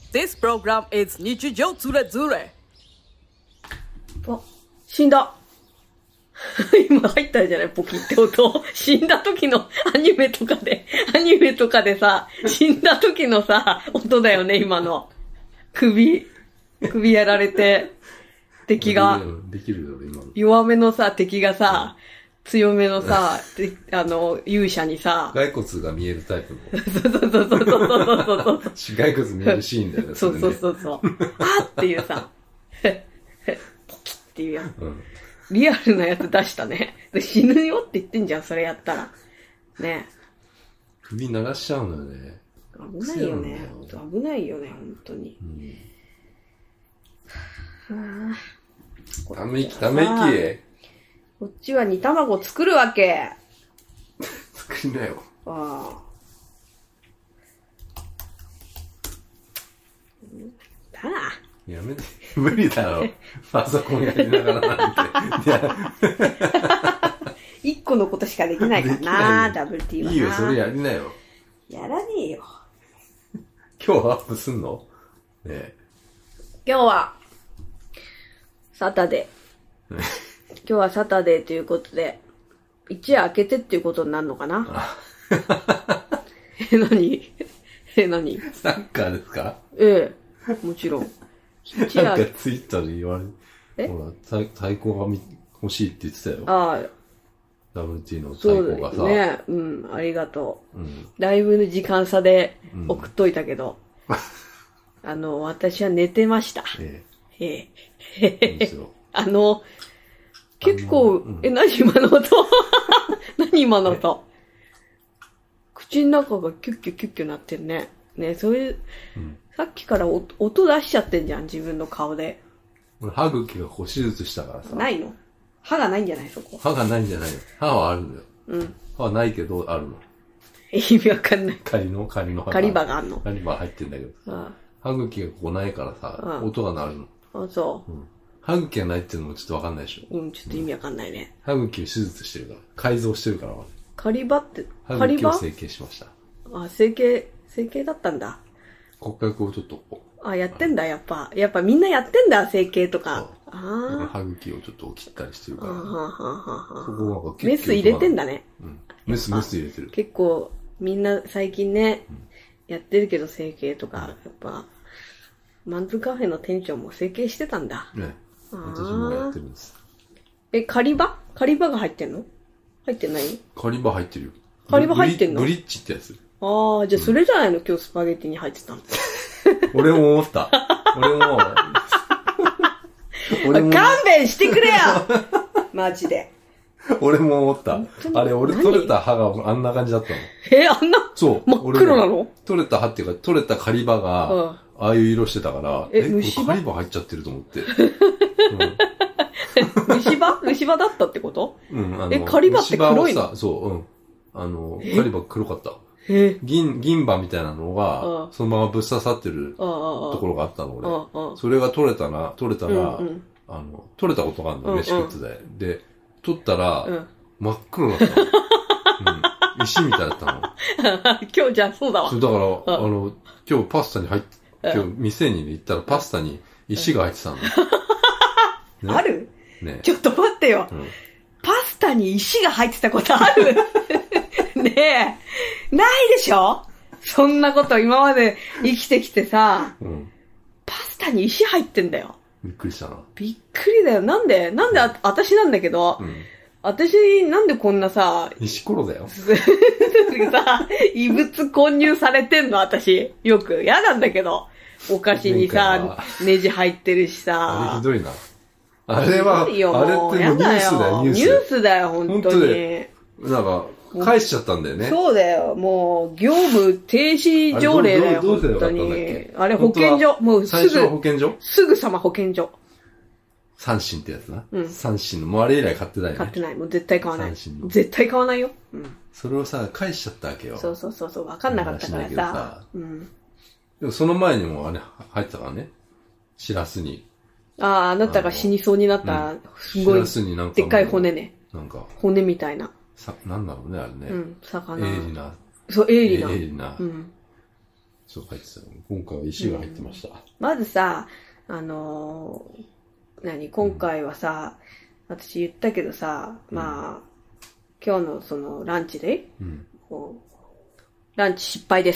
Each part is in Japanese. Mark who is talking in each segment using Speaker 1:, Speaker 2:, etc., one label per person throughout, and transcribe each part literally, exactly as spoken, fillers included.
Speaker 1: This program is 日常ズレズレ。
Speaker 2: あ、死んだ。今入ったじゃない、ポキって音。死んだ時のアニメとかで、アニメとかでさ、死んだ時のさ、音だよね、今の。首、首やられて、敵が、
Speaker 3: できるよ、今の。
Speaker 2: 弱めのさ、敵がさ、強めのさ、あの、勇者にさ、
Speaker 3: 骸骨が見えるタイプの。
Speaker 2: そうそうそうそうそうそうそう。
Speaker 3: 骸骨見えるシーンだよね。
Speaker 2: そうそうそうそう。あっていうさ、ポキっていうやつ。
Speaker 3: うん
Speaker 2: リアルなやつ出したね。で死ぬよって言ってんじゃん、それやったら。ね。
Speaker 3: 首鳴らしちゃうのよね。
Speaker 2: 危ないよね。危ないよね、本当に。
Speaker 3: うん、ため息、ため息。
Speaker 2: こっちは煮卵作るわけ。
Speaker 3: 作りなよ。
Speaker 2: ああ。だな。
Speaker 3: やめて、無理だろ。パソコンやりながらなんて。いや
Speaker 2: 一個のことしかできないからな、ダブル T はな。
Speaker 3: いいよ、それやりなよ。
Speaker 2: やらねえよ。
Speaker 3: 今日アップすんのねえ。
Speaker 2: 今日は、サタデー。今日はサタデーということで、一夜明けてっていうことになるのかなえ、何え、何
Speaker 3: サッカーですか？
Speaker 2: ええ、もちろん。
Speaker 3: なんかツイッターで言われる。ほら、太鼓が欲しいって言ってたよ。
Speaker 2: ああ。
Speaker 3: ダブルティー の太鼓がさ。
Speaker 2: そうね。うん、ありがとう。
Speaker 3: うん、
Speaker 2: だいぶの時間差で送っといたけど、うん、あの、私は寝てました。ええ。ええ。ええ。あの、結構、うん、え、何今の音何今の音口の中がキュッキュッキュッキュなってんね。ね、そういう、うんさっきから音出しちゃってんじゃん、自分の顔で。
Speaker 3: 俺、歯茎がこう手術したからさ。
Speaker 2: ないの？歯がないんじゃないそこ。
Speaker 3: 歯がないんじゃないの。歯はあるんだよ。
Speaker 2: うん。
Speaker 3: 歯はないけど、あるの。
Speaker 2: 意味わかんない。
Speaker 3: 仮の、仮の歯が。
Speaker 2: 仮歯があるの。
Speaker 3: 仮歯入ってんだけど。ああ歯茎がここないからさ、ああ音が鳴るの。
Speaker 2: あ、そう、
Speaker 3: うん。歯茎がないっていうのもちょっとわかんないでしょ。
Speaker 2: うん、ちょっと意味わかんないね。
Speaker 3: 歯茎を手術してるから。改造してるから。
Speaker 2: 仮歯って、
Speaker 3: 歯茎を整形しました。
Speaker 2: あ、整形、整形だったんだ。
Speaker 3: 骨格をちょっとこう。
Speaker 2: あ、やってんだ、やっぱ。やっぱみんなやってんだ、整形とか。
Speaker 3: ああ。歯茎をちょっと切ったりしてるから。ははははそこなんか
Speaker 2: メス入れてんだね。
Speaker 3: うん。メス、メス入れてる。
Speaker 2: 結構、みんな最近ね、うん、やってるけど整形とか、やっぱ、マンズカフェの店長も整形してたんだ。
Speaker 3: ね。私もやってるんです。
Speaker 2: え、仮歯仮歯が入ってんの入ってない
Speaker 3: 仮歯入ってるよ。
Speaker 2: 仮歯入ってんの
Speaker 3: ブリッジってやつ。
Speaker 2: ああ、じゃあそれじゃないの、うん、今日スパゲッティに入ってたの。
Speaker 3: 俺も思った。俺も。
Speaker 2: 俺も勘弁してくれよマジで。
Speaker 3: 俺も思った。あれ、俺取れた歯があんな感じだったの。
Speaker 2: え、あんな
Speaker 3: そう。
Speaker 2: 真っ黒なの
Speaker 3: 取れた歯っていうか、取れた仮歯が、うん、ああいう色してたから、
Speaker 2: え、虫歯
Speaker 3: 仮歯入っちゃってると思って。
Speaker 2: 虫歯虫歯だったってこと？
Speaker 3: うん、あの、
Speaker 2: え、仮歯って黒いの？
Speaker 3: さ、そう、うん。あの、仮歯黒かった。銀、銀歯みたいなのが、そのままぶっ刺さってるところがあったの、俺。それが取れたな、取れたら、あの、取れたことがあるの、飯食ってて。で、取ったら、真っ黒だったの。うん。石みたいだったの。
Speaker 2: 今日じゃあそうだわ。
Speaker 3: そう、だから、あの、今日パスタに入って、今日店に行ったらパスタに石が入ってたの。
Speaker 2: ある？ね。ちょっと待ってよ。パスタに石が入ってたことあるねえ。ないでしょ？そんなこと今まで生きてきてさ、うん、パスタに石入ってんだよ。
Speaker 3: びっくりしたな。
Speaker 2: びっくりだよ。なんでなんであ、私なんだけど、うん、私なんでこんなさ、
Speaker 3: 石ころだよ。
Speaker 2: さ、異物混入されてんの私。よく。嫌なんだけど。お菓子にさ、ネジ入ってるしさ。
Speaker 3: あれひどいな。あれは、あれってもうニュースだよ、ニュース。
Speaker 2: ニュースだよ、本当に。
Speaker 3: なんか、返しちゃったんだよね。
Speaker 2: そうだよ、もう、業務停止条例だよ、本当に。あれ保健所、もうすぐ、
Speaker 3: 最初保健所
Speaker 2: すぐさま保健所。
Speaker 3: 三振ってやつな。うん。三振の、もうあれ以来買ってないね。
Speaker 2: 買ってない、もう絶対買わない。絶対買わないよ。うん。
Speaker 3: それをさ、返しちゃったわけよ。
Speaker 2: そうそうそうそう、わかんなかったからさ。うん。
Speaker 3: でもその前にもあれ入ってたからね。しらすに。
Speaker 2: ああ、あなたが死にそうになった、すごい、でっかい骨ね。
Speaker 3: なんか。
Speaker 2: 骨みたいな。
Speaker 3: さ、なんだろうね、あれね。
Speaker 2: うん、魚。
Speaker 3: 鋭利な。
Speaker 2: そう、鋭利な。
Speaker 3: 鋭利な。
Speaker 2: うん。
Speaker 3: そう書いてたね。今回は石が入ってました。うん、
Speaker 2: まずさ、あのー、何、今回はさ、うん、私言ったけどさ、まあ、うん、今日のそのランチで、うん、こうランチ失敗です。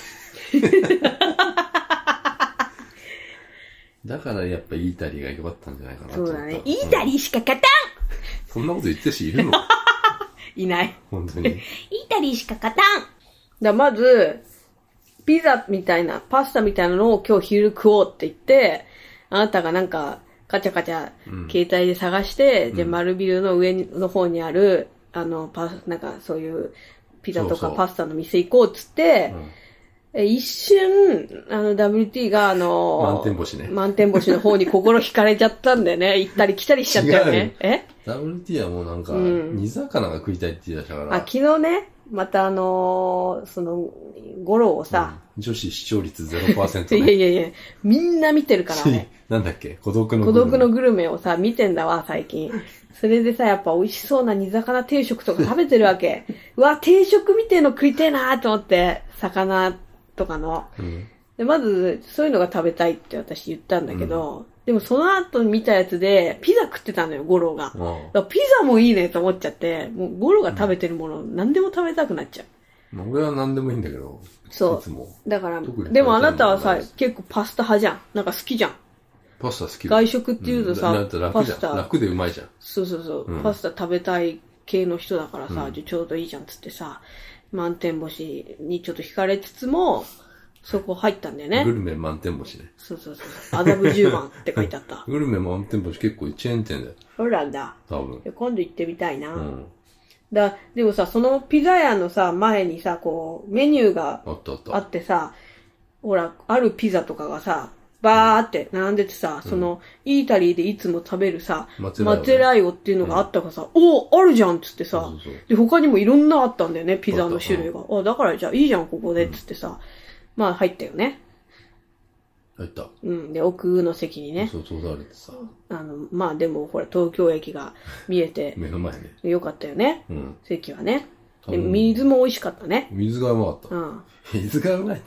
Speaker 3: だからやっぱイータリーが良かったんじゃないかなと思った。
Speaker 2: そうだね。イータリーしか勝たん、
Speaker 3: そんなこと言ってる人いるの？
Speaker 2: いない。
Speaker 3: 本当に。イー
Speaker 2: タリーしか勝たん。だまず、ピザみたいな、パスタみたいなのを今日昼食おうって言って、あなたがなんか、カチャカチャ、携帯で探して、うん、で、丸ビルの上の方にある、あの、パス、なんかそういうピザとかパスタの店行こうっつって、そうそう、うん、一瞬、あの、ダブリューティー があの、
Speaker 3: 満天星ね。
Speaker 2: 満天星の方に心惹かれちゃったんだよね。行ったり来たりしちゃったよね。え
Speaker 3: ダブリューティー はもうなんか、煮魚が食いたいって言ってたから。
Speaker 2: あ、昨日ね、またあのー、その、ゴロをさ、
Speaker 3: うん、女子視聴率 ゼロパーセント、ね。
Speaker 2: いやいやいや、みんな見てるからね。
Speaker 3: なんだっけ孤独のグルメ。
Speaker 2: 孤独のグルメをさ、見てんだわ、最近。それでさ、やっぱ美味しそうな煮魚定食とか食べてるわけ。うわ、定食みてえの食いてえなーと思って、魚とかの。うん、で、まず、そういうのが食べたいって私言ったんだけど、うん、でもその後見たやつで、ピザ食ってたのよ、ゴロが。だからピザもいいねと思っちゃって、もうゴロが食べてるもの、うん、何でも食べたくなっちゃう。
Speaker 3: 俺は何でもいいんだけど。
Speaker 2: そう。いつもだから、でもあなたはさ、結構パスタ派じゃん。なんか好きじゃん。
Speaker 3: パスタ好き
Speaker 2: だ。外食っていうとさ、
Speaker 3: うん、パスタ。楽でうまいじゃん。
Speaker 2: そうそうそう。うん、パスタ食べたい系の人だからさ、うん、ちょうどいいじゃんっつってさ、満天星にちょっと惹かれつつも、そこ入ったんだよね。
Speaker 3: グルメ満天星ね。
Speaker 2: そうそうそう。麻布十番って書いてあった。
Speaker 3: グルメ満天星結構チェーン店だよ。
Speaker 2: そうなんだ。
Speaker 3: 多分。
Speaker 2: 今度行ってみたいな。うん。だ、でもさ、そのピザ屋のさ、前にさ、こう、メニューがあってさ、ほら、あるピザとかがさ、バーって並んでてさ、うん、その、イータリーでいつも食べるさ、マツェライオっていうのがあったからさ、うん、おーあるじゃんっつってさ、そうそうそう、で、他にもいろんなあったんだよね、ピザの種類が。あ、だからじゃあいいじゃん、ここでっつってさ、うん、まあ入ったよね。
Speaker 3: 入った。
Speaker 2: うん。で、奥の席にね。
Speaker 3: そう、そうだれてさ。
Speaker 2: あの、まあでも、ほら、東京駅が見えて。
Speaker 3: 目の前ね。
Speaker 2: よかったよね。うん。席はね。で、水も美味しかったね。
Speaker 3: 水がうまかった。うん。水がうまい。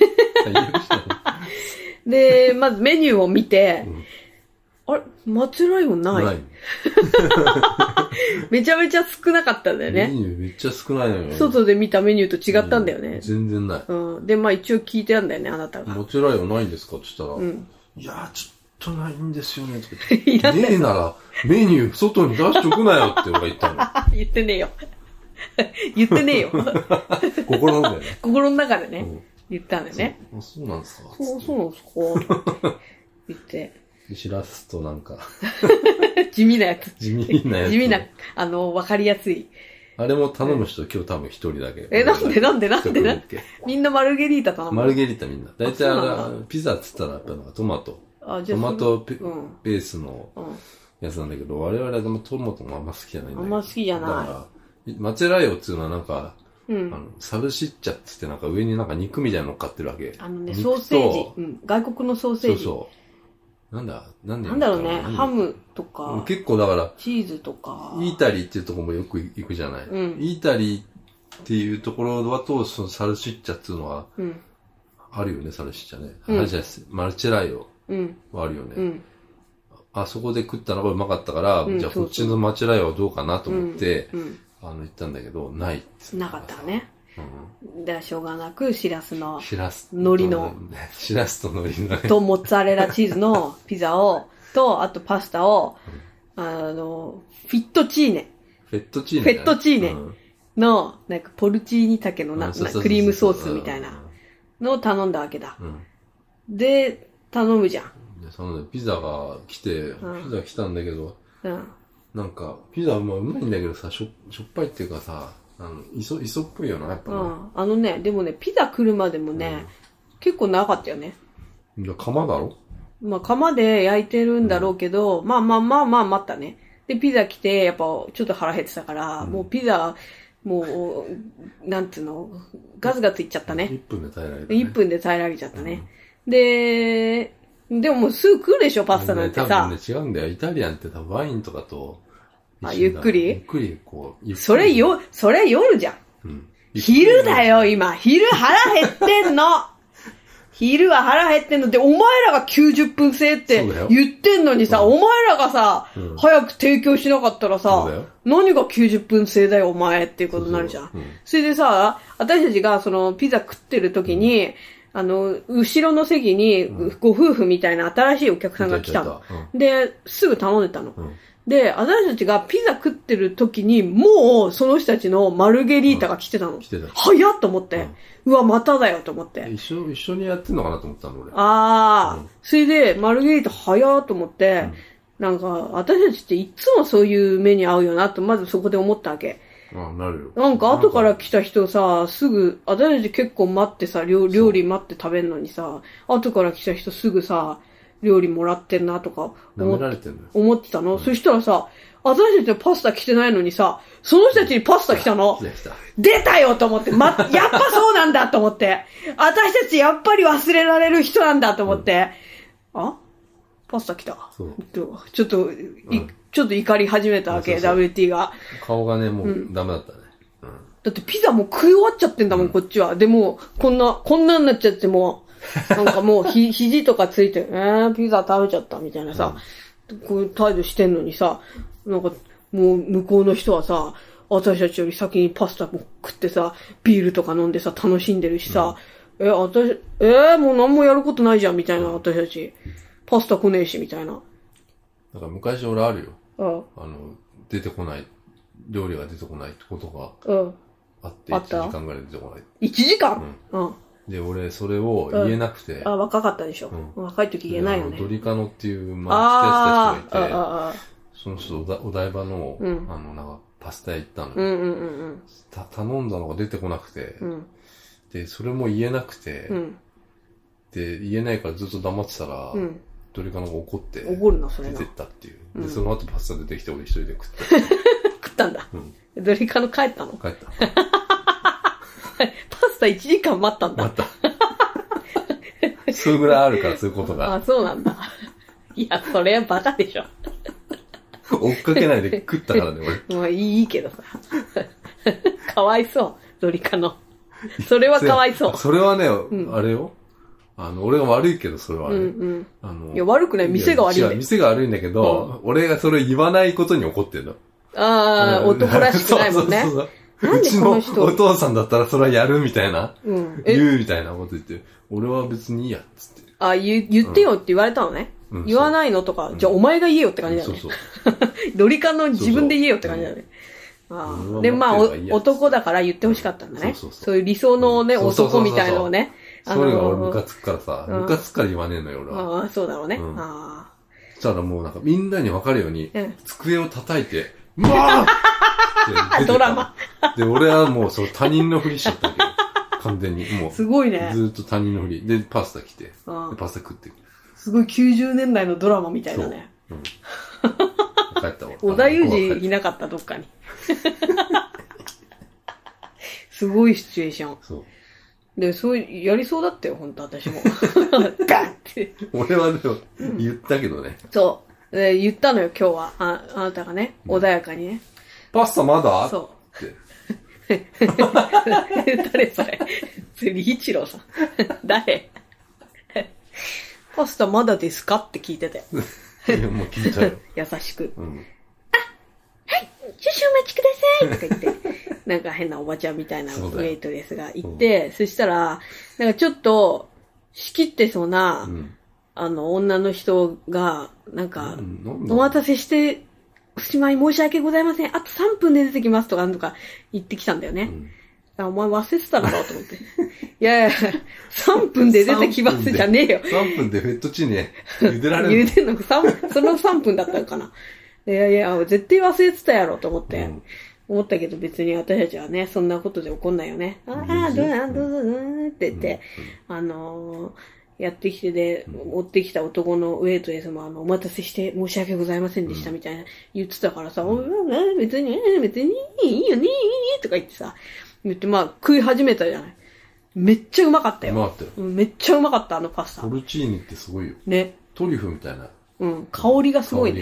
Speaker 2: で、まずメニューを見て、うん、あれマツライオンないないめちゃめちゃ少なかったんだよね。
Speaker 3: メニューめっちゃ少ないのよね。
Speaker 2: 外で見たメニューと違ったんだよね。
Speaker 3: うん、全然ない。
Speaker 2: うん。で、まあ一応聞いてあるんだよね、あなたが。
Speaker 3: マツライオンないんですかって言ったら、うん、いやーちょっとないんですよね。とか言ってねえならメニュー外に出しとくなよって俺が言ったの。
Speaker 2: 言ってねえよ。言ってねえよ。
Speaker 3: 心の中でね。
Speaker 2: 心の中でね。うん、言ったんだよね。
Speaker 3: そう、そうなんですか
Speaker 2: そう、そうなんですか言って。
Speaker 3: しらすとなんか。
Speaker 2: 地味なやつ。
Speaker 3: 地味なやつ。
Speaker 2: 地味な、あの、わかりやすい。
Speaker 3: あれも頼む人、今日多分一人だけ。
Speaker 2: え、なんでなんでなんでなんでみんなマルゲリータ頼む
Speaker 3: マルゲリータみんな。だいたいあの、ピザっつったらやっぱなんかトマト。あ、じゃあトマトペ、うん、ベースのやつなんだけど、我々はでもトマトもあんま好きじゃないんだ
Speaker 2: よ。あんま好きじゃない。だ
Speaker 3: から、マチェライオっていうのはなんか、うん、あのサルシッチャっつってなんか上になんか肉みたいなの乗っかってるわけ。
Speaker 2: あのね、ソーセージ、うん。外国のソーセージ。
Speaker 3: そうそう。なんだ、なんで
Speaker 2: なんだろうね、ハムとか。
Speaker 3: 結構だから、
Speaker 2: チーズとか。
Speaker 3: イータリーっていうところもよく行くじゃない。うん、イータリーっていうところだと、そのサルシッチャっていうのは、あるよね、うん、サルシッチャね。うん、じゃマルチェライオはあるよね。うん、あそこで食ったのがうまかったから、うん、じゃあこっちのマルチェライオはどうかなと思って、うんうん、あの言ったんだけど、ないっ
Speaker 2: て。なかったね。うん、だからしょうがなく、しらすの、
Speaker 3: しらす、
Speaker 2: 海苔の、
Speaker 3: しらすと海苔の、
Speaker 2: とモッツァレラチーズのピザを、と、あとパスタを、うん、あの、フィットチーネ。
Speaker 3: フェットチーネ、
Speaker 2: ね。フェットチーネの、なんかポルチーニタケのな、クリームソースみたいなのを頼んだわけだ。うん、で、頼むじゃん。
Speaker 3: で、そのピザが来て、うん、ピザ来たんだけど、うん、なんか、ピザもうまいんだけどさ、しょ、しょっぱいっていうかさ、あの、磯、磯っぽいよな、やっぱ、ね。うん。
Speaker 2: あのね、でもね、ピザ来るまでもね、うん、結構長かったよね。
Speaker 3: いや、釜だろ？
Speaker 2: まあ、釜で焼いてるんだろうけど、うん、まあまあまあまあ待ったね。で、ピザ来て、やっぱ、ちょっと腹減ってたから、うん、もうピザ、もう、なんつうの、ガツガツいっちゃったね。
Speaker 3: いっぷんで耐えられた、ね。
Speaker 2: いっぷんで耐えられちゃったね。うん、で、でももうすぐ食うでしょ、パスタなんてさ。
Speaker 3: 多分ね、違うんだよ。イタリアンって多分ワインとかと、
Speaker 2: あ、ゆっくり
Speaker 3: ゆっくり、こう、
Speaker 2: それよ、それ夜じゃん。うん。 昼だよ、今。昼腹減ってんの。昼は腹減ってんので、お前らがきゅうじゅっぷん制って言ってんのにさ、お前らがさ、うん、早く提供しなかったらさ、何がきゅうじゅっぷん制だよ、お前っていうことになるじゃん。そうそう、うん、それでさ、私たちがそのピザ食ってる時に、うん、あの、後ろの席にご夫婦みたいな新しいお客さんが来たの。うん、で、すぐ頼んでたの。うん、で、私たちがピザ食ってる時に、もうその人たちのマルゲリータが来てたの。うん、来てた。早っと思って。うん、うわ、まただよと思って。
Speaker 3: 一緒、一緒にやってんのかなと思ったの、俺。
Speaker 2: ああ、うん、それで、マルゲリータ早っと思って、うん、なんか、私たちっていつもそういう目に遭うよなと、まずそこで思ったわけ。
Speaker 3: ああ、なるよ。
Speaker 2: なんか後から来た人さ、すぐ、私たち結構待ってさ、料料理待って食べるのにさ、後から来た人すぐさ、料理もらってんなとか
Speaker 3: 思って、て
Speaker 2: 思ってたの、うん、そしたらさ、私たちはパスタ来てないのにさ、その人たちにパスタ来たの。出たよと思って、ま、やっぱそうなんだと思って。私たちやっぱり忘れられる人なんだと思って。うん、あパスタ来た。そうちょっと、うん、ちょっと怒り始めたわけ、そうそう ダブリューティー が。
Speaker 3: 顔がね、もうダメだったね。
Speaker 2: うんうん、だってピザもう食い終わっちゃってんだもん、うん、こっちは。でも、こんな、こんなになっちゃってもう、なんかもうひ、肘とかついて、えー、ピザ食べちゃったみたいなさ、うん、こういう態度してんのにさ、なんか、もう向こうの人はさ、私たちより先にパスタも食ってさ、ビールとか飲んでさ、楽しんでるしさ、うん、え、私、えー、もう何もやることないじゃん、みたいな、私たち。パスタ来ねえし、みたいな。
Speaker 3: だから昔俺あるよ。
Speaker 2: あ
Speaker 3: あの、出てこない、料理が出てこないってことがあって、
Speaker 2: あ
Speaker 3: いちじかんぐらい出てこない。
Speaker 2: いちじかん、うん、うん。
Speaker 3: で、俺、それを言えなくて。
Speaker 2: うん、あ、若かったでしょ。うん、若い時言えないよね。
Speaker 3: ドリカノっていう、まあ、来た人がいて、
Speaker 2: ああ
Speaker 3: その人お、お台場の、うん、あの、なんか、パスタ屋行ったの。
Speaker 2: うんうんうんうん、
Speaker 3: た頼んだのが出てこなくて、うん、で、それも言えなくて、うん、で、言えないからずっと黙ってたら、うん、ドリカノが怒って、
Speaker 2: 怒るな、それ
Speaker 3: 出てったっていう。うん、で、その後パスタ出てきて、俺一人で食った。
Speaker 2: 食ったんだ。うん、ドリカノ帰ったの？
Speaker 3: 帰った。
Speaker 2: パスタいちじかん待ったんだ。
Speaker 3: 待った。それぐらいあるから、そういうことが。
Speaker 2: あ、そうなんだ。いや、それはバカでしょ。
Speaker 3: 追っかけないで食ったからね、
Speaker 2: 俺。まあいいけどさ。かわいそう、ドリカノ。それはかわいそう。
Speaker 3: それはね、うん、あれよ。あの、俺が悪いけど、それはね。うんうん、
Speaker 2: あのいや、悪くない。店が悪いんだよ。
Speaker 3: 違う、店が悪いんだけど、うん、俺がそれ言わないことに怒ってるの。
Speaker 2: ああ、男らしくないもんね。そうそうそう。
Speaker 3: うちのお父さんだったらそれはやるみたいな。うん、言うみたいなこと言って、俺は別にいいや、つって。
Speaker 2: あ、言、言ってよって言われたのね。うん、言わないのとか、うん、じゃあお前が言えよって感じだよね。そうそう。ドリカノ自分で言えよって感じだよね。そうそう、ああで、まあお、男だから言ってほしかったんだね。そうそうそう。そういう理想のね、うん、男みたいのをね。
Speaker 3: それが俺ムカつくからさ、ムカつくから言わねえのよ、俺は。
Speaker 2: ああ、そうだろうね。うん、あ
Speaker 3: あ。そしたらもうなんかみんなに分かるように、うん、机を叩いて、うわーって
Speaker 2: ドラマ。
Speaker 3: で、俺はもうそう他人のふりしちゃったわけど、完全に。もう。
Speaker 2: すごいね。
Speaker 3: ずっと他人のふり。で、パスタ来て、でパスタ食って。
Speaker 2: すごいきゅうじゅうねんだいのドラマみたいだね。そう。
Speaker 3: うん、帰ったわ。
Speaker 2: 小田裕二いなかった、どっかに。すごいシチュエーション。そう。で、そういう、やりそうだったよ、ほんと、私も。ガンって。
Speaker 3: 俺はでも、言ったけどね。
Speaker 2: そう。で、言ったのよ、今日は。あ、あなたがね、穏やかにね。
Speaker 3: パスタまだ
Speaker 2: そう。って。誰それそれ、リーチローさん。誰パスタまだですかって聞いてて。
Speaker 3: いや、もう聞いちゃうよ。
Speaker 2: 優しく。うん、あ、はい、少々お待ちくださいとか言って、なんか変なおばちゃんみたいなウェイトレスがいて、そ, そしたら、なんかちょっと、仕切ってそうな、うん、あの、女の人が、なんか、うん、お待たせして、おしまい申し訳ございません。あとさんぷんで出てきますとか、なんとか言ってきたんだよね。うん、お前忘れてたのかと思って。いやいや、さんぷんで出てきますじゃねえよ。
Speaker 3: さんぷんでフェットチーネ茹でられるの
Speaker 2: 茹でるのか、そのさんぷんだったのかな。いやいや、絶対忘れてたやろと思って。うん、思ったけど別に私たちはね、そんなことで怒んないよね。ああ、どうだ、どうぞ、どうぞって言って、うん、あのー、やってきてで、持ってきた男のウェイトレスもあの、お待たせして申し訳ございませんでしたみたいな言ってたからさ、うん、別に、別にいいよねとか言ってさ、言ってまあ食い始めたじゃない。めっちゃうまかったよ。
Speaker 3: うまかったよ。
Speaker 2: めっちゃうまかった、あのパスタ。
Speaker 3: ポルチーニってすごいよ。
Speaker 2: ね。
Speaker 3: トリュフみたいな。
Speaker 2: うん、香りがすごいね。香りが。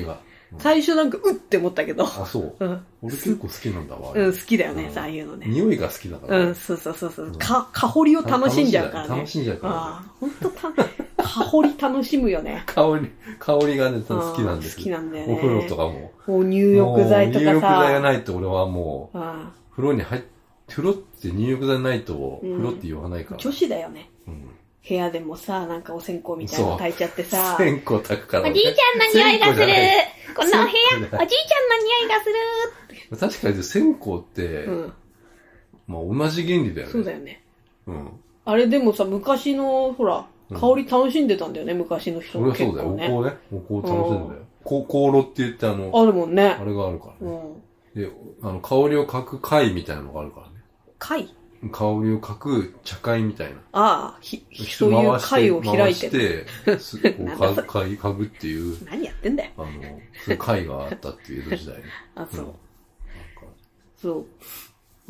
Speaker 2: 最初なんか、うって思ったけど。
Speaker 3: あ、そう。うん。俺結構好きなんだわ。
Speaker 2: うん、好きだよね、ああいうのね。
Speaker 3: 匂いが好きだから。
Speaker 2: うん、そうそうそうそう。か、香りを楽しんじゃうからね。
Speaker 3: 楽しんじゃうから。
Speaker 2: ああ、ほんとた、香り楽しむよね。
Speaker 3: 香り、香りがね、好きなんです。
Speaker 2: 好きなんだよね。
Speaker 3: お風呂とかも。
Speaker 2: もう入浴剤とかさ。
Speaker 3: 入浴剤がないと俺はもう、風呂に入っ、風呂って入浴剤ないと、風呂って言わないから。
Speaker 2: 女子だよね。うん。部屋でもさ、なんかお線香みたいなの炊いちゃってさ。
Speaker 3: 線香炊くから。
Speaker 2: おじいちゃんの匂いがする。この部屋、おじいちゃんの匂いがす
Speaker 3: る。確かに線香って、うん、まあ同じ原理だよね。
Speaker 2: そうだよね。
Speaker 3: うん。
Speaker 2: あれでもさ、昔の、ほら、香り楽しんでたんだよね、昔の人
Speaker 3: も結構、ね。そりゃそうだよ。お香ね。お香楽しんでたよ。香、香炉って言ってあの、
Speaker 2: あるもんね。
Speaker 3: あれがあるからね。うん、で、あの、香りを嗅く貝みたいなのがあるからね。
Speaker 2: 貝
Speaker 3: 香りを嗅く茶会みたいな。
Speaker 2: ああ、ひ、そういう会を開いて
Speaker 3: る。回して、こう、嗅嗅ぐっていう。
Speaker 2: 何やってんだよ。
Speaker 3: あの、そういう会があったっていう江戸時代に。
Speaker 2: あ、そう。うん、そう。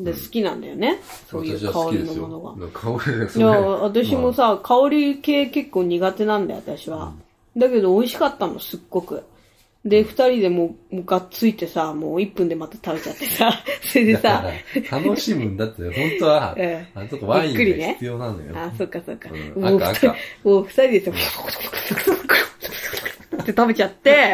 Speaker 2: で、好きなんだよね。そういう香りのものが。
Speaker 3: 香りです
Speaker 2: ね。いや、私もさ、まあ、香り系結構苦手なんだよ、私は。うん、だけど美味しかったの、すっごく。で、二人でもう、もうがっついてさ、もう一分でまた食べちゃってさ、それでさ。
Speaker 3: 楽しむんだって、本当は、うん、あのとこワインが必要なのよ。
Speaker 2: ね、あ、そっかそっか。
Speaker 3: うん、もう
Speaker 2: 二人、もう二人でさ、って食べちゃって、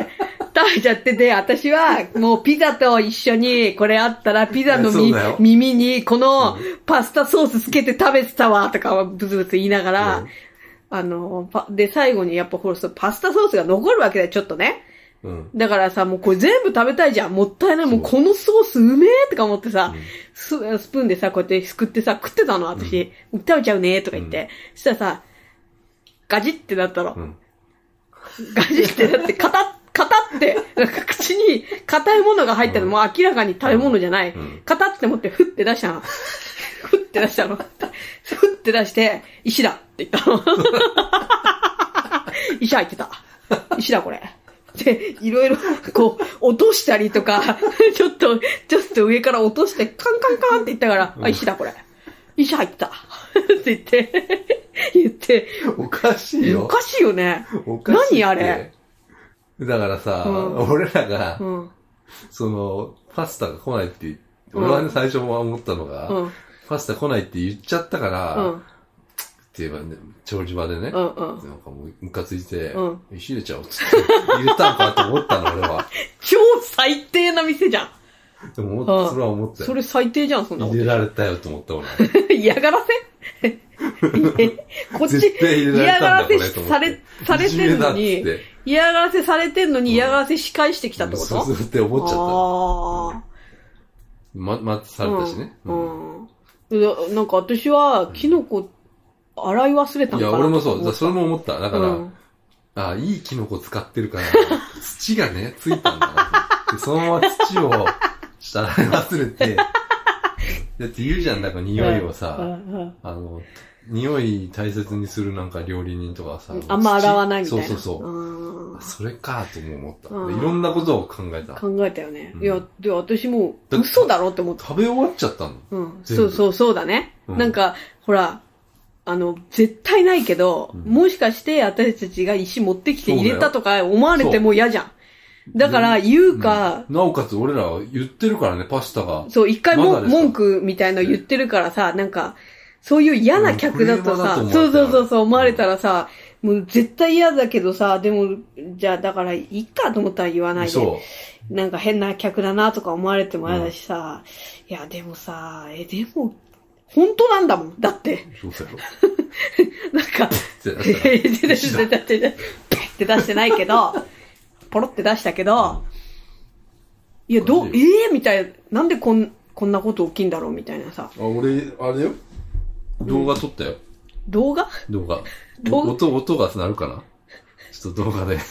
Speaker 2: 食べちゃってて、私はもうピザと一緒に、これあったらピザのみ耳にこのパスタソースつけて食べてたわ、とかブツブツ言いながら、うん、あの、で、最後にやっぱこれパスタソースが残るわけだよ、ちょっとね。うん、だからさ、もうこれ全部食べたいじゃん。もったいない。もうこのソースうめえとか思ってさ、うん、ス, スプーンでさ、こうやってすくってさ、食ってたの、私。うん、食べちゃうねとか言って。うん、そしたらさ、ガジってなったの。うん、ガジってなって、カタッ、カタって、なんか口に硬いものが入ったの、もう明らかに食べ物じゃない。うん、カタって持ってフッて出したの。フッて出したの。フッて出して、石だって言ったの。石入ってた。石だこれ。で、いろいろ、こう、落としたりとか、ちょっと、ちょっと上から落として、カンカンカンって言ったから、うん、あ、石だこれ。石入った。って言って、言って。
Speaker 3: おかしいよ。
Speaker 2: おかしいよね。おかしい。何あれ。
Speaker 3: だからさ、うん、俺らが、うん、その、パスタが来ないって、俺はね、最初も思ったのが、うん、パスタ来ないって言っちゃったから、うんって言えばね、調理場でね、うんうん、なんかもうムカついて、うん、石入れちゃおうっつって入れたのかと思ったの、俺は。
Speaker 2: 超最低な店じゃん。
Speaker 3: でも、それは思ったよ。
Speaker 2: それ最低じゃん、そんな
Speaker 3: 入れられたよと思った
Speaker 2: 俺。嫌がらせこっち、嫌がらせされ、されてんのに、嫌がらせされてんのに嫌がらせ仕返してきたってこと、
Speaker 3: うん、そうって思っちゃった。あま、ま、されたしね。
Speaker 2: うん。うん、なんか私は、キノコ、洗い忘れたのかな。
Speaker 3: いや、俺もそう。それも思った。だから、うん、ああ、いいキノコ使ってるから、土がね、ついたんだな。でそのまま土を、洗い忘れて、だって言うじゃん、なんか匂いをさ、うんうん、あの、匂い大切にするなんか料理人とかさ、
Speaker 2: あんま洗わないみたいな。
Speaker 3: そうそうそう。それかとも思った。いろんなことを考えた。
Speaker 2: 考えたよね。うん、いや、で、私も嘘だろって思った。
Speaker 3: 食べ終わっちゃったの。
Speaker 2: うん。そうそうそうだね。うん、なんか、ほら、あの、絶対ないけど、うん、もしかして私たちが石持ってきて入れたとか思われても嫌じゃん。だから言うか、
Speaker 3: うん、なおかつ俺らは言ってるからね、パスタが。
Speaker 2: そう、一回も文句みたいなの言ってるからさ、なんか、そういう嫌な客だとさ、うん、そうそうそうそう思われたらさ、もう絶対嫌だけどさ、でも、じゃあだからいいかと思ったら言わないで。そう。なんか変な客だなとか思われても嫌だしさ、うん、いやでもさ、え、でも、本当なんだもん。だって。
Speaker 3: そうだよ。
Speaker 2: なんか、ペッって出してないけど、ポロって出したけど、いや、どう、ええー、みたいな、なんでこん、こんなこと起きんだろうみたいなさ。
Speaker 3: あ、俺、あれよ。動画撮ったよ。うん、
Speaker 2: 動画
Speaker 3: 動画。動画音、音が鳴るかなちょっと動画で。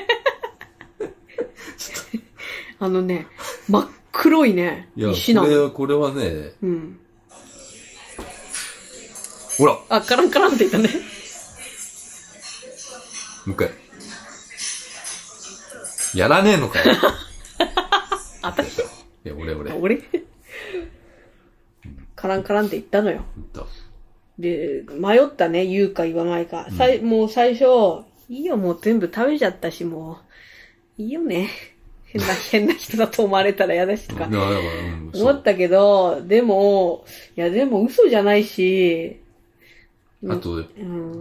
Speaker 2: あのね、真っ黒いね、石なの。
Speaker 3: いや、これは、これはね、うん。ほら。
Speaker 2: あ、カランカランって言ったね。
Speaker 3: もう一回。やらねえのかよ。
Speaker 2: あたしい
Speaker 3: や、俺俺。
Speaker 2: 俺カランカランって言ったのよ。
Speaker 3: 言った。
Speaker 2: で、迷ったね、言うか言わないか。うん、さいもう最初、いいよ、もう全部食べちゃったし、もう、いいよね。 変な、変な人だと思われたら嫌だしとか。
Speaker 3: だから、うん、
Speaker 2: 思ったけど、でも、いやでも嘘じゃないし、
Speaker 3: あと、うん、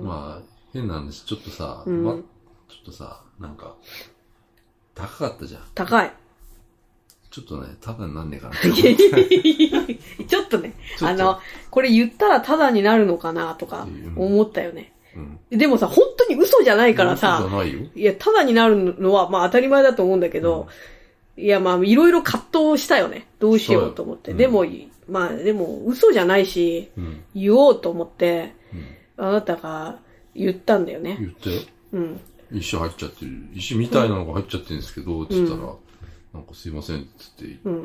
Speaker 3: まあ、変なんです。ちょっとさ、うん、ま、ちょっとさ、なんか、高かったじゃん。
Speaker 2: 高い。
Speaker 3: ちょっとね、タダになんねえかな。
Speaker 2: ちょっとね、とあの、これ言ったらタダになるのかなとか思ったよね。うん、でもさ、本当に嘘じゃないからさ、
Speaker 3: 嘘じゃないよ。
Speaker 2: いや、タダになるのはまあ当たり前だと思うんだけど、うん、いやまあいろいろ葛藤したよね。どうしようと思って。うん、でも、まあでも嘘じゃないし、うん、言おうと思って、うん、あなたが言ったんだよね。
Speaker 3: 言ったよ。うん。石入っちゃってる。石みたいなのが入っちゃってるんですけど、つったら、うん、なんかすいません、つって言って、うん、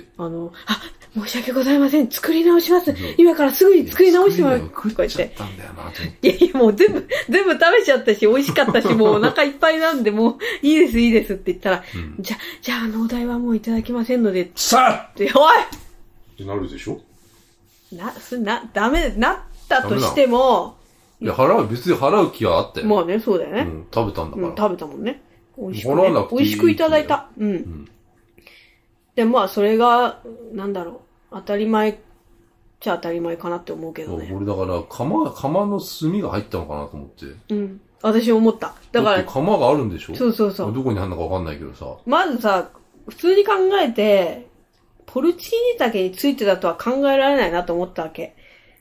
Speaker 3: あ
Speaker 2: の、あ、申し訳ございません、作り直します。今からすぐに作り直してもらう。
Speaker 3: 食っちゃったんだよな、と思っ
Speaker 2: て。いやいや、もう全部、全部食べちゃったし、美味しかったし、もうお腹いっぱいなんで、もう、いいです、いいですって言ったら、うん、じゃ、じゃあ、あのお題はもういただきませんので、
Speaker 3: さあ
Speaker 2: って、おい
Speaker 3: ってなるでしょ
Speaker 2: な、す、な、ダメ、なったとしても、
Speaker 3: いや、払う、別に払う気はあったよ。
Speaker 2: まあね、そうだよね。
Speaker 3: うん、食べたんだから。
Speaker 2: うん、食べたもんね。美味しく、ね、美味しくいただいた。うん。うん、で、まあ、それが、なんだろう、当たり前じゃ当たり前かなって思うけどね。
Speaker 3: 俺だから、釜、釜の炭が入ったのかなと思って。
Speaker 2: うん。私思った。だから。だって
Speaker 3: 釜があるんでしょ？
Speaker 2: そうそうそう。
Speaker 3: どこにあるのかわかんないけどさ。
Speaker 2: まずさ、普通に考えて、ポルチーニだけについてたとは考えられないなと思ったわけ。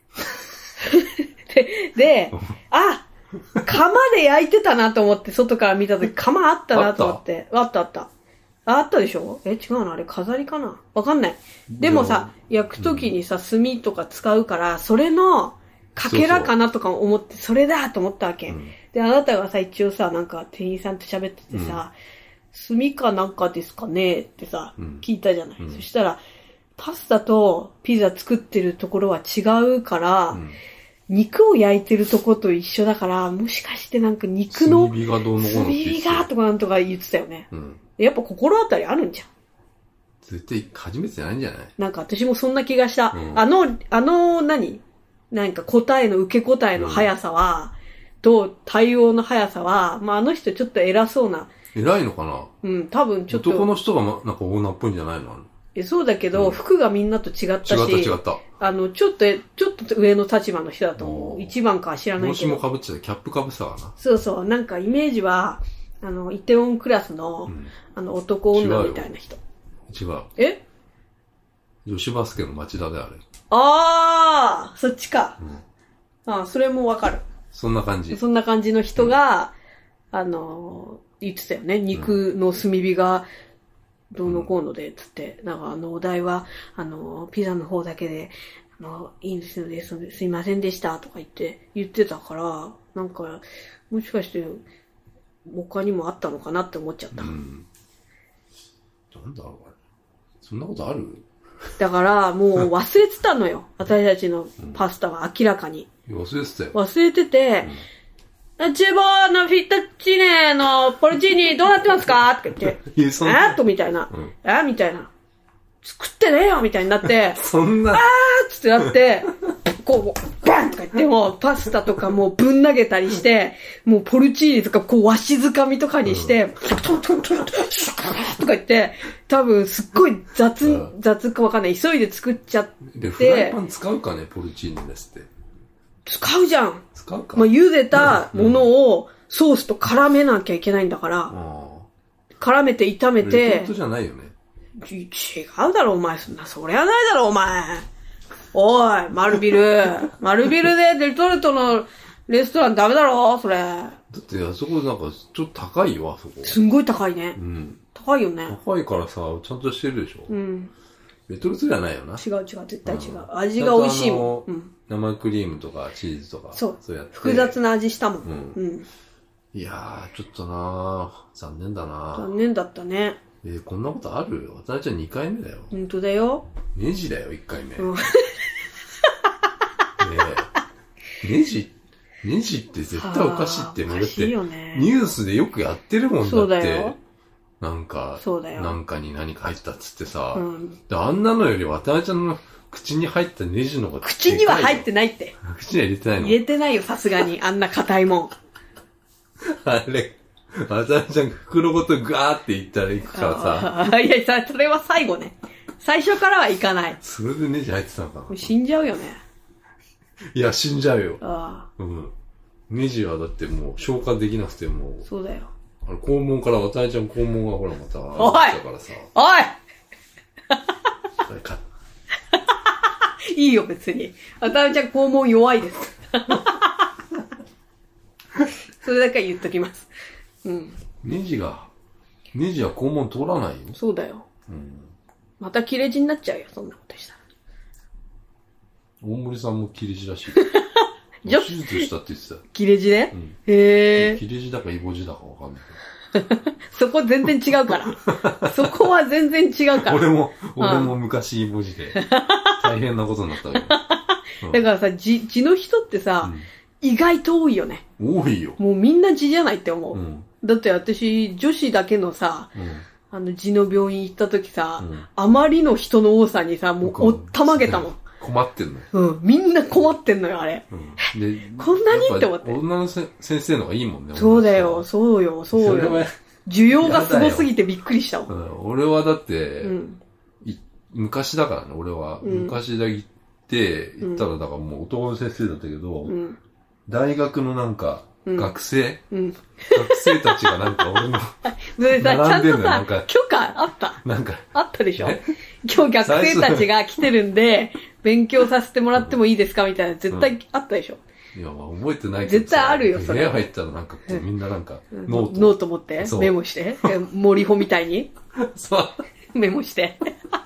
Speaker 2: で、で、あ、釜で焼いてたなと思って、外から見たとき、釜あったなと思って。あったあった。あったでしょ？え、違うのあれ飾りかな？わかんない。でもさ、焼くときにさ、炭とか使うから、それのかけらかなとか思って、それだと思ったわけ。うん、で、あなたがさ、一応さ、なんか店員さんと喋っててさ、うん、炭かなんかですかねってさ、うん、聞いたじゃない。うん、そしたら、パスタとピザ作ってるところは違うから、うん、肉を焼いてるとこと一緒だから、もしかしてなんか肉の、
Speaker 3: 炭火がどうのこうの
Speaker 2: 炭火がとかなんとか言ってたよね。うん、やっぱ心当たりあるんじゃん。
Speaker 3: 絶対初めてじゃないんじゃない？
Speaker 2: なんか私もそんな気がした。うん、あの、あの何、なんか答えの受け答えの速さは、うん、と対応の速さは、まああの人ちょっと偉そうな。
Speaker 3: 偉いのかな？
Speaker 2: うん、多分ちょっと。
Speaker 3: 男の人がなんかオーナーっぽいんじゃないの？
Speaker 2: え、そうだけど、うん、服がみんなと違ったし。
Speaker 3: 違った違った。
Speaker 2: あの、ちょっと、ちょっと上の立場の人だと思う。一番かは知らないけど。
Speaker 3: 帽子も被っちゃった。キャップ被ってたかな。
Speaker 2: そうそう。なんかイメージは、あの、イテウォンクラスの、うん、あの、男女みたいな人。
Speaker 3: 違う。
Speaker 2: え
Speaker 3: 女子バスケの町田であれ。
Speaker 2: あー、そっちか。うん、ああ、それもわかる。
Speaker 3: そんな感じ。
Speaker 2: そんな感じの人が、うん、あの、言ってたよね。肉の炭火が、どうのこうので、つって。なんかあの、お題は、あの、ピザの方だけで、あの、いいんですよね、すいませんでした、とか言って、言ってたから、なんか、もしかして、他にもあったのかなって思っちゃった。うん。
Speaker 3: なんだろう、そんなことある？
Speaker 2: だから、もう忘れてたのよ。私たちのパスタは明らかに。
Speaker 3: 忘れてたよ。
Speaker 2: 忘れてて、うん、チュボのフィッタチネのポルチーニどうなってますかって言って、えーっとみたいな、うん、えーみたいな。作ってねえよみたいになって、
Speaker 3: そんな。
Speaker 2: あーっつってなって、こう、バンとか言って、もうパスタとかもうぶん投げたりして、もうポルチーニとかこうわしづかみとかにして、うん、トントントントンとか言って、多分すっごい雑、うん、雑かわかんない。急いで作っちゃって。
Speaker 3: で、フライパン使うかね、ポルチーニですって。
Speaker 2: 使うじゃん。
Speaker 3: 使うか。
Speaker 2: まあ、茹でたものをソースと絡めなきゃいけないんだから、うん、絡めて炒めて。
Speaker 3: レトルトじゃないよね。
Speaker 2: 違うだろ、お前。そんな、そりゃないだろ、お前。おい、丸ビル。丸ビルでレトルトのレストランダメだろ、それ。だ
Speaker 3: ってあそこなんかちょっと高いよ、あそこ。
Speaker 2: すんごい高いね。
Speaker 3: うん。
Speaker 2: 高いよね。
Speaker 3: 高いからさ、ちゃんとしてるでしょ。うん。レトルトじゃないよな。
Speaker 2: 違う違う、絶対違う。うん、味が美味しいもん。うん。
Speaker 3: 生クリームとかチーズとか。
Speaker 2: そう。
Speaker 3: そうやって。
Speaker 2: 複雑な味したもん。うん。うん、
Speaker 3: いやー、ちょっとなー、残念だなー。
Speaker 2: 残念だったね。
Speaker 3: えー、こんなことある？私ちゃんにかいめだよ。
Speaker 2: ほんとだよ。
Speaker 3: ネジだよ、いっかいめ。うん、ねえ。ネジ、ネジって絶対おかしいって、もうだって、ニュースでよくやってるもんだって。
Speaker 2: そうだよ。
Speaker 3: なんか、
Speaker 2: そうだよ。
Speaker 3: なんかに何か入ったっつってさ、うん、であんなのより渡辺ちゃんの口に入ったネジの方が
Speaker 2: 口には入ってないって。
Speaker 3: 口には入れてないの？
Speaker 2: 入れてないよ、さすがに。あんな硬いもん。
Speaker 3: あれ、 あたみちゃん袋ごとガーっていったら行くから
Speaker 2: さ。いや、それは最後ね。最初からは行かない。
Speaker 3: それでネジ入ってたのかな。
Speaker 2: 死んじゃうよね。
Speaker 3: いや、死んじゃうよ。
Speaker 2: ああ。
Speaker 3: うん。ネジはだってもう消化できなくても。
Speaker 2: そうだよ。
Speaker 3: あの肛門から渡辺ちゃん肛門がほらまた。
Speaker 2: おい
Speaker 3: だからさ。
Speaker 2: おい
Speaker 3: か
Speaker 2: いいよ別に。渡辺ちゃん肛門弱いです。それだけは言っときます。うん。
Speaker 3: ネジが、ネジは肛門通らないよ。
Speaker 2: そうだよ。
Speaker 3: うん。
Speaker 2: また切れ字になっちゃうよ、そんなことしたら。
Speaker 3: 大森さんも切れ字らしい。
Speaker 2: 手
Speaker 3: 術したって言ってた。
Speaker 2: 切れ字で、
Speaker 3: うん、
Speaker 2: へえ。
Speaker 3: 切れ字だかイボ字だかわかんないけど。
Speaker 2: そこ全然違うから。そこは全然違うから。
Speaker 3: 俺も、俺も昔イボ字で、大変なことになったわけ、
Speaker 2: うん。だからさ、字、字の人ってさ、うん、意外と多いよね。
Speaker 3: 多いよ。
Speaker 2: もうみんな字じゃないって思う。
Speaker 3: うん、
Speaker 2: だって私、女子だけのさ、うん、あの字の病院行った時さ、うん、あまりの人の多さにさ、もうおったまげたもん。
Speaker 3: 困ってんのよ。
Speaker 2: うん。みんな困ってんのよ、あれ。うん、でこんなにって思って。
Speaker 3: 女のせ先生の方がいいもんね。
Speaker 2: そうだよ、そうよ、そうよ。需要がすごすぎてびっくりしたもん。
Speaker 3: うん、俺はだって、うん、昔だからね、俺は。うん、昔だ行って、行ったらだからもう男の先生だったけど、うん、大学のなんか、学生、うん、学生たちがなんか俺の
Speaker 2: それさ、ちゃんとさ、許可あった
Speaker 3: なんか。
Speaker 2: あったでしょ今日学生たちが来てるんで、勉強させてもらってもいいですかみたいな、絶対あったでしょ、
Speaker 3: うん、いや、まあ覚えてないけど。
Speaker 2: 絶対あるよ、それ。
Speaker 3: 部屋入ったらなんかこう、みんななんか、
Speaker 2: ノート。ノート持って、メモして、森穂みたいに。
Speaker 3: そう。
Speaker 2: メモして。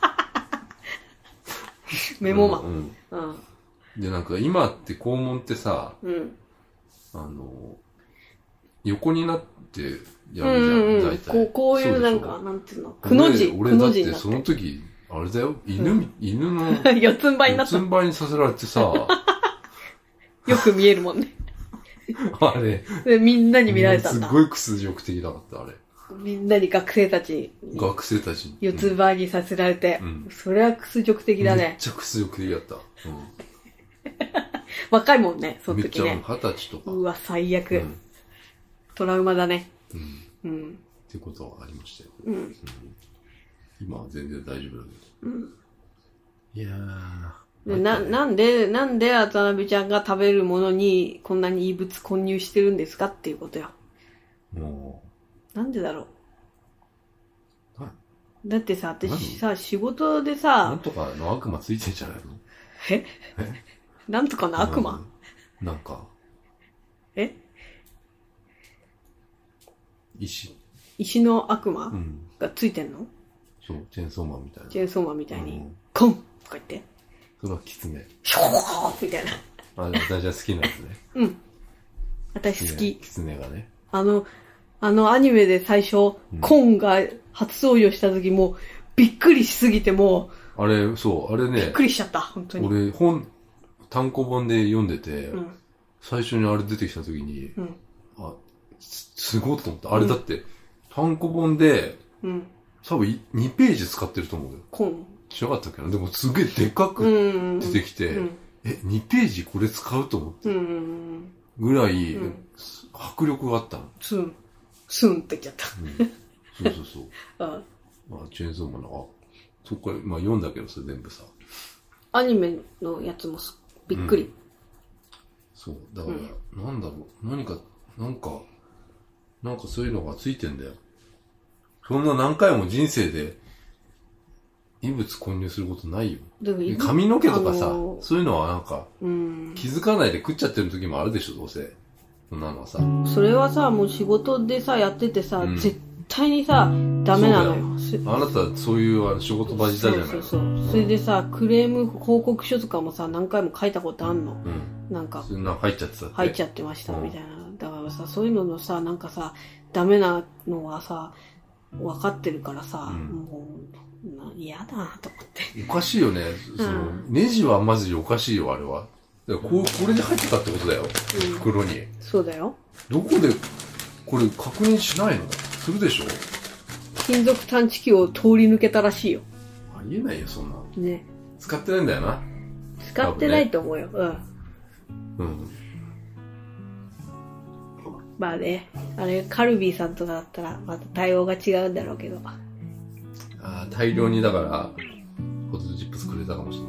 Speaker 2: メモマン。
Speaker 3: うんうんうん、で、なんか今って肛門ってさ、うんあの、横になってやるじゃん、うんうん、大体。
Speaker 2: こう、こういうなんか、なんていうの、くの字、
Speaker 3: 俺、俺だってその時、あれだよ、犬、うん、犬の、
Speaker 2: 四つん這いになった。
Speaker 3: 四つん這いにさせられてさ、よ
Speaker 2: く見えるもんね。
Speaker 3: あれ。
Speaker 2: みんなに見られたんだ。
Speaker 3: すごい屈辱的だった、あれ。
Speaker 2: みんなに学生たちに。
Speaker 3: 学生たちに。
Speaker 2: 四つん這いにさせられて、うん、それは屈辱的だね。
Speaker 3: めっちゃ屈辱的だった。うん
Speaker 2: 若いもんね、その時ね。
Speaker 3: めっちゃ二十歳とか。
Speaker 2: うわ、最悪。うん、トラウマだね。
Speaker 3: うん。うん。ってことはありましたよ。うん。うん、今は全然大丈夫だけど。うん。いや
Speaker 2: ー。な、なんで、なんで、あたなべちゃんが食べるものにこんなに異物混入してるんですかっていうことよ。もう。なんでだろう。だってさ、私さ、仕事でさ。
Speaker 3: なんとかの悪魔ついてんじゃないの？
Speaker 2: ええなんとかの悪魔、
Speaker 3: うん、なんか。
Speaker 2: え
Speaker 3: 石。
Speaker 2: 石の悪魔、うん、がついてんの？
Speaker 3: そう、チェーンソーマンみたいな。
Speaker 2: チェーンソーマンみたいに、うん、コンとか言って。
Speaker 3: それはキツネ。
Speaker 2: ショーみたいな。
Speaker 3: あ、私は好きなやつね。
Speaker 2: うん。私好き。
Speaker 3: キツネがね。
Speaker 2: あの、あのアニメで最初、うん、コンが初登場した時も、びっくりしすぎても
Speaker 3: あれ、そう、あれね。
Speaker 2: びっくりしちゃった、本当に。
Speaker 3: 俺、本、単行本で読んでて、うん、最初にあれ出てきた時に、うん、あ、す、すごいと思った。あれだって、うん、単行本で、うん、多分にページ使ってると思うよ。
Speaker 2: コン
Speaker 3: 知らなかったっけど、でもすげえでかく出てきて、うんうんうん、え、にページこれ使うと思って。うんうんうん、ぐらい、うん、迫力があったの。
Speaker 2: スン、スンって言っちゃった。
Speaker 3: うん、そうそうそう。あまあ、チェーンソーマンの、あ、そっから、まあ読んだけどさ、全部さ。
Speaker 2: アニメのやつもびっくり。うん、
Speaker 3: そう。だから、うん、なんだろう。何か、なんか、なんかそういうのがついてんだよ。そんな何回も人生で異物混入することないよ。髪の毛とかさ、あのー、そういうのはなんか、うん、気づかないで食っちゃってる時もあるでしょ、どうせ。そんなのはさ。
Speaker 2: それはさ、もう仕事でさ、やっててさ、うん、絶対にさ、ダメなのよ。
Speaker 3: あなたそういう仕事場自体じゃない。
Speaker 2: そうそうそう。うん、それでさ、クレーム報告書とかもさ、何回も書いたことあんの。うん、なんか。
Speaker 3: そんな入っちゃってたって。
Speaker 2: 入っちゃってました、みたいな。だからさ、そういうののさ、なんかさ、ダメなのはさ、分かってるからさ、うん、もう、嫌だなと思って。
Speaker 3: おかしいよね。その、うん、ネジはマジでおかしいよ、あれは。だからこう、これで入ってたってことだよ。うん、袋に。
Speaker 2: そうだよ。
Speaker 3: どこで、これ確認しないの？するでしょ？
Speaker 2: 金属探知機を通り抜けたらしいよ。
Speaker 3: ありえないよ、そんな。
Speaker 2: ね。
Speaker 3: 使ってないんだよな。
Speaker 2: 使ってないと思うよ。ね、うん。うん。 まあね、あれ、カルビーさんとかだったら、また対応が違うんだろうけど。
Speaker 3: ああ、大量にだから、ポテトチップスくれたかもしれない。